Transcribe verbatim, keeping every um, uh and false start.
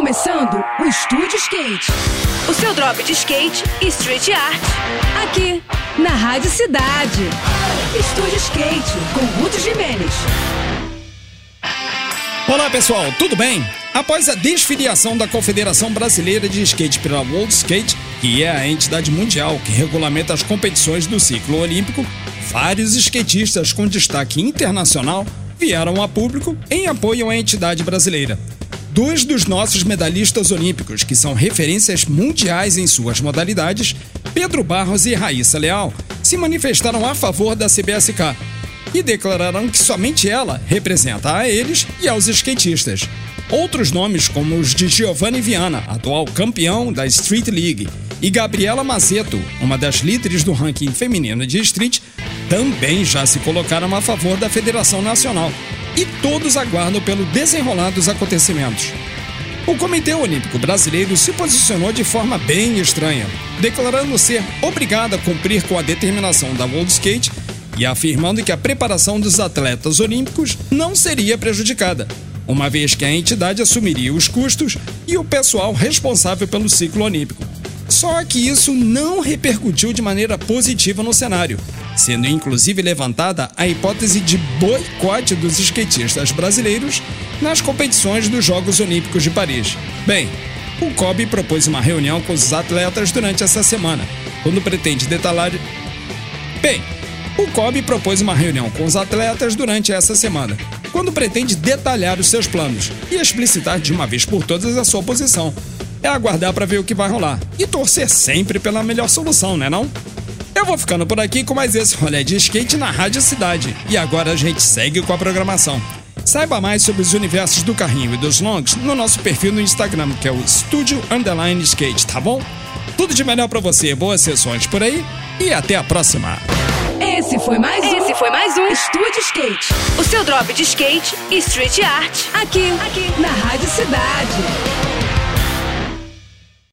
começando o Estúdio Skate. O seu drop de skate e street art. Aqui, na Rádio Cidade. Estúdio Skate, com Ruth Jimenez. Olá pessoal, tudo bem? Após a desfiliação da Confederação Brasileira de Skate pela World Skate, que é a entidade mundial que regulamenta as competições do ciclo olímpico, vários skatistas com destaque internacional vieram a público em apoio à entidade brasileira. Dois dos nossos medalhistas olímpicos, que são referências mundiais em suas modalidades, Pedro Barros e Raíssa Leal, se manifestaram a favor da C B S K e declararam que somente ela representa a eles e aos skatistas. Outros nomes, como os de Giovanni Viana, atual campeão da Street League, e Gabriela Mazeto, uma das líderes do ranking feminino de street, também já se colocaram a favor da Federação Nacional. E todos aguardam pelo desenrolar dos acontecimentos. O Comitê Olímpico Brasileiro se posicionou de forma bem estranha, declarando ser obrigado a cumprir com a determinação da World Skate e afirmando que a preparação dos atletas olímpicos não seria prejudicada, uma vez que a entidade assumiria os custos e o pessoal responsável pelo ciclo olímpico. Só que isso não repercutiu de maneira positiva no cenário, sendo inclusive levantada a hipótese de boicote dos skatistas brasileiros nas competições dos Jogos Olímpicos de Paris. Bem, o C O B propôs uma reunião com os atletas durante essa semana, quando pretende detalhar... Bem, o C O B propôs uma reunião com os atletas durante essa semana, quando pretende detalhar os seus planos e explicitar de uma vez por todas a sua posição. É aguardar para ver o que vai rolar e torcer sempre pela melhor solução, né não? Eu vou ficando por aqui com mais esse rolê de skate na Rádio Cidade. E agora a gente segue com a programação. Saiba mais sobre os universos do carrinho e dos longs no nosso perfil no Instagram, que é o Studio Underline Skate, tá bom? Tudo de melhor pra você, boas sessões por aí e até a próxima. Esse foi mais um. Esse foi mais um Estúdio Skate. O seu drop de skate e street art. Aqui, aqui, na Rádio Cidade.